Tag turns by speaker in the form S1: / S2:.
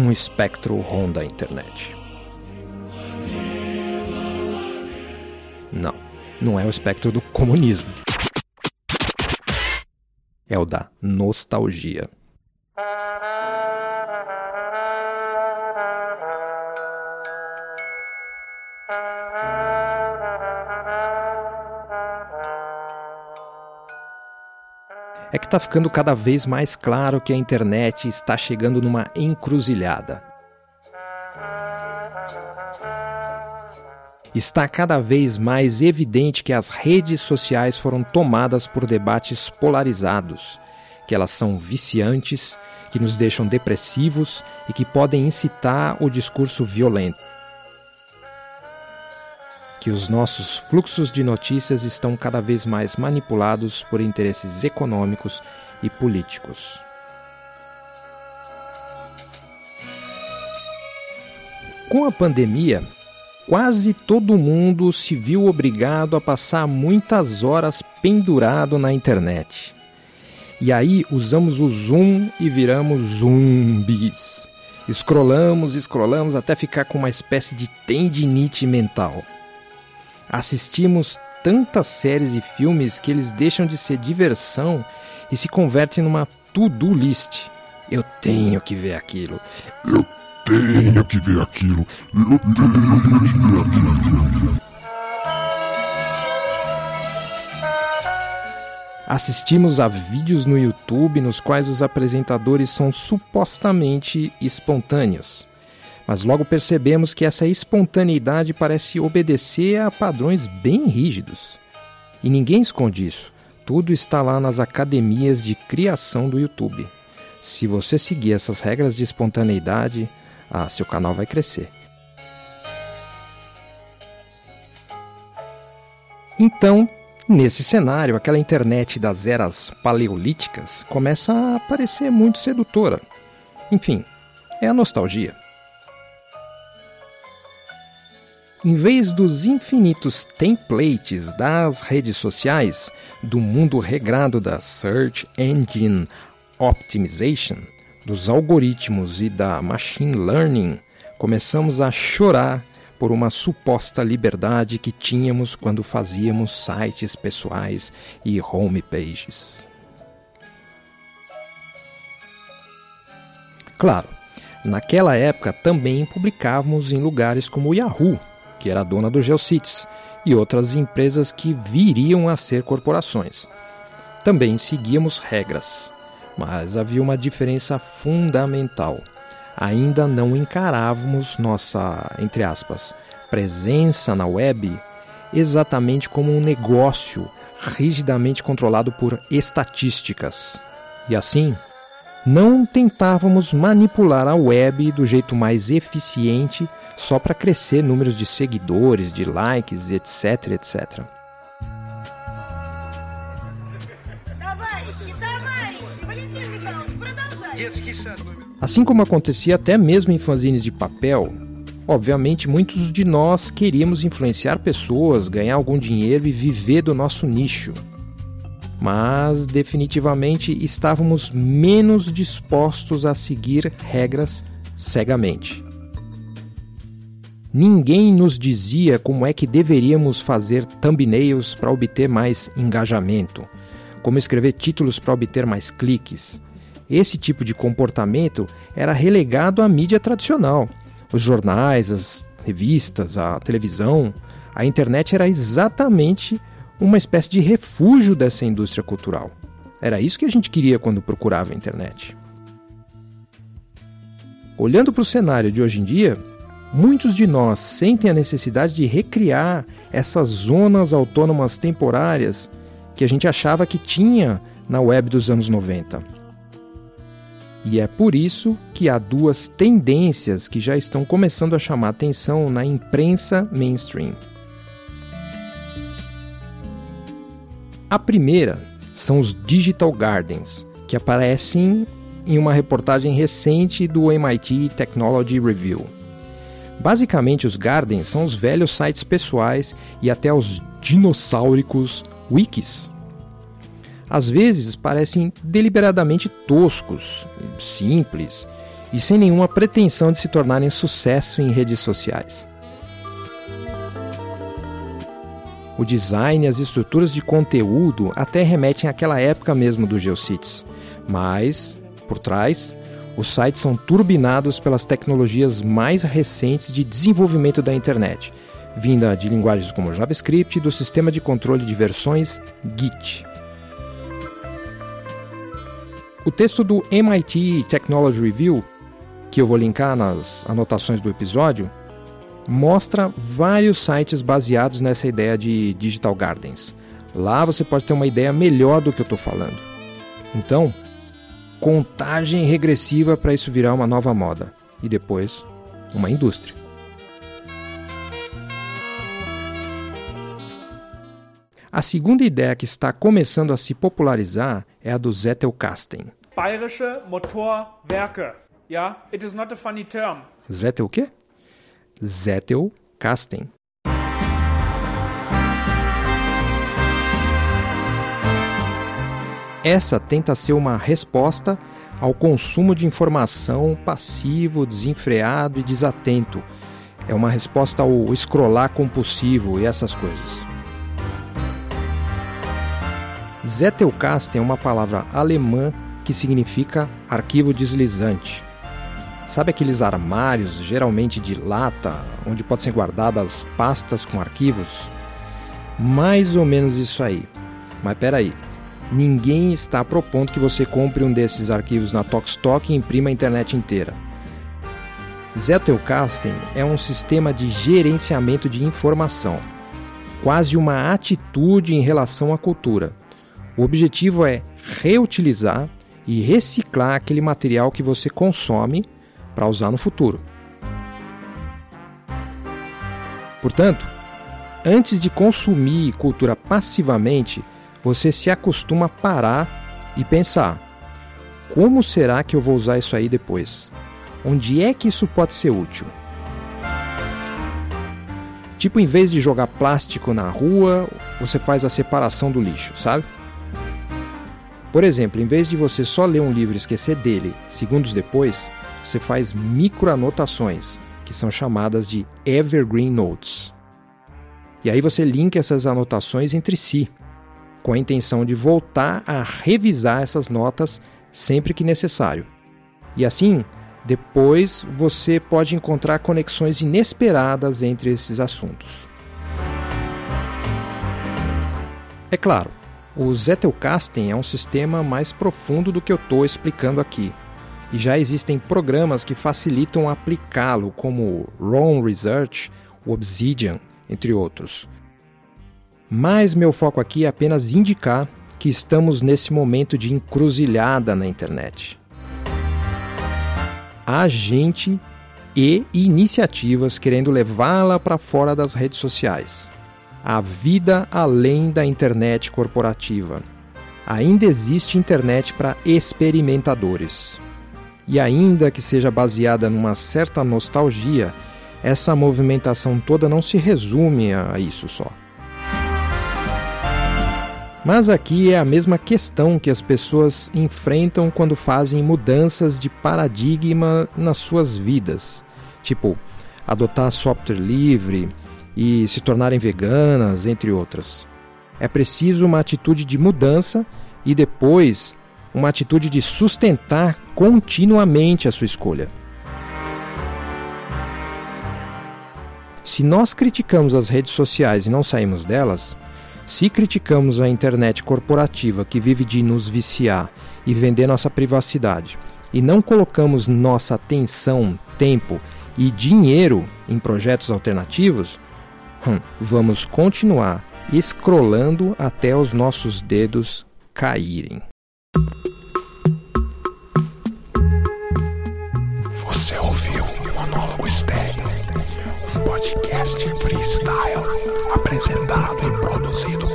S1: um espectro ronda a internet. Não, não é o espectro do comunismo. É o da nostalgia. É que está ficando cada vez mais claro que a internet está chegando numa encruzilhada. Está cada vez mais evidente que as redes sociais foram tomadas por debates polarizados, que elas são viciantes, que nos deixam depressivos e que podem incitar o discurso violento. Que os nossos fluxos de notícias estão cada vez mais manipulados por interesses econômicos e políticos. Com a pandemia, quase todo mundo se viu obrigado a passar muitas horas pendurado na internet. E aí usamos o Zoom e viramos zumbis. Scrollamos até ficar com uma espécie de tendinite mental. Assistimos tantas séries e filmes que eles deixam de ser diversão e se convertem numa to-do list. Eu tenho que ver aquilo. Eu tenho que ver aquilo. Assistimos a vídeos no YouTube nos quais os apresentadores são supostamente espontâneos. Mas logo percebemos que essa espontaneidade parece obedecer a padrões bem rígidos. E ninguém esconde isso. Tudo está lá nas academias de criação do YouTube. Se você seguir essas regras de espontaneidade, seu canal vai crescer. Então, nesse cenário, aquela internet das eras paleolíticas começa a parecer muito sedutora. Enfim, é a nostalgia. Em vez dos infinitos templates das redes sociais, do mundo regrado da Search Engine Optimization, dos algoritmos e da Machine Learning, começamos a chorar por uma suposta liberdade que tínhamos quando fazíamos sites pessoais e homepages. Claro, naquela época também publicávamos em lugares como o Yahoo, que era dona do GeoCities, e outras empresas que viriam a ser corporações. Também seguíamos regras, mas havia uma diferença fundamental. Ainda não encarávamos nossa, entre aspas, presença na web exatamente como um negócio rigidamente controlado por estatísticas. E assim, não tentávamos manipular a web do jeito mais eficiente só para crescer números de seguidores, de likes, etc, etc. Assim como acontecia até mesmo em fanzines de papel, obviamente muitos de nós queríamos influenciar pessoas, ganhar algum dinheiro e viver do nosso nicho. Mas definitivamente estávamos menos dispostos a seguir regras cegamente. Ninguém nos dizia como é que deveríamos fazer thumbnails para obter mais engajamento, como escrever títulos para obter mais cliques. Esse tipo de comportamento era relegado à mídia tradicional. Os jornais, as revistas, a televisão, a internet era exatamente uma espécie de refúgio dessa indústria cultural. Era isso que a gente queria quando procurava a internet. Olhando para o cenário de hoje em dia, muitos de nós sentem a necessidade de recriar essas zonas autônomas temporárias que a gente achava que tinha na web dos anos 90. E é por isso que há duas tendências que já estão começando a chamar atenção na imprensa mainstream. A primeira são os Digital Gardens, que aparecem em uma reportagem recente do MIT Technology Review. Basicamente, os Gardens são os velhos sites pessoais e até os dinossáuricos wikis. Às vezes parecem deliberadamente toscos, simples, e sem nenhuma pretensão de se tornarem sucesso em redes sociais. O design e as estruturas de conteúdo até remetem àquela época mesmo do GeoCities, mas, por trás, os sites são turbinados pelas tecnologias mais recentes de desenvolvimento da internet, vinda de linguagens como JavaScript e do sistema de controle de versões Git. O texto do MIT Technology Review, que eu vou linkar nas anotações do episódio, mostra vários sites baseados nessa ideia de Digital Gardens. Lá você pode ter uma ideia melhor do que eu estou falando. Então, contagem regressiva para isso virar uma nova moda e depois uma indústria. A segunda ideia que está começando a se popularizar é a do Zettelkasten.
S2: Bayerische Motorwerke. Ja, it is not a funny term.
S1: Zettel o quê? Zettelkasten. Essa tenta ser uma resposta ao consumo de informação passivo, desenfreado e desatento. É uma resposta ao scrollar compulsivo e essas coisas. Zettelkasten é uma palavra alemã que significa arquivo deslizante. Sabe aqueles armários, geralmente de lata, onde podem ser guardadas pastas com arquivos? Mais ou menos isso aí. Mas peraí, ninguém está propondo que você compre um desses arquivos na Tokstok e imprima a internet inteira. Zettelkasten é um sistema de gerenciamento de informação, quase uma atitude em relação à cultura. O objetivo é reutilizar e reciclar aquele material que você consome para usar no futuro. Portanto, antes de consumir cultura passivamente, você se acostuma a parar e pensar: como será que eu vou usar isso aí depois? Onde é que isso pode ser útil? Tipo, em vez de jogar plástico na rua, você faz a separação do lixo, sabe? Por exemplo, em vez de você só ler um livro e esquecer dele segundos depois, você faz microanotações, que são chamadas de Evergreen Notes. E aí você linka essas anotações entre si, com a intenção de voltar a revisar essas notas sempre que necessário. E assim, depois você pode encontrar conexões inesperadas entre esses assuntos. É claro, o Zettelkasten é um sistema mais profundo do que eu estou explicando aqui. E já existem programas que facilitam aplicá-lo, como o Roam Research, o Obsidian, entre outros. Mas meu foco aqui é apenas indicar que estamos nesse momento de encruzilhada na internet. Há gente e iniciativas querendo levá-la para fora das redes sociais. A vida além da internet corporativa. Ainda existe internet para experimentadores. E ainda que seja baseada numa certa nostalgia, essa movimentação toda não se resume a isso só. Mas aqui é a mesma questão que as pessoas enfrentam quando fazem mudanças de paradigma nas suas vidas. Tipo, adotar software livre e se tornarem veganas, entre outras. É preciso uma atitude de mudança e depois uma atitude de sustentar continuamente a sua escolha. Se nós criticamos as redes sociais e não saímos delas, se criticamos a internet corporativa que vive de nos viciar e vender nossa privacidade, e não colocamos nossa atenção, tempo e dinheiro em projetos alternativos, vamos continuar escrolando até os nossos dedos caírem.
S3: Você ouviu o Monólogo Estéreo, um podcast freestyle apresentado e produzido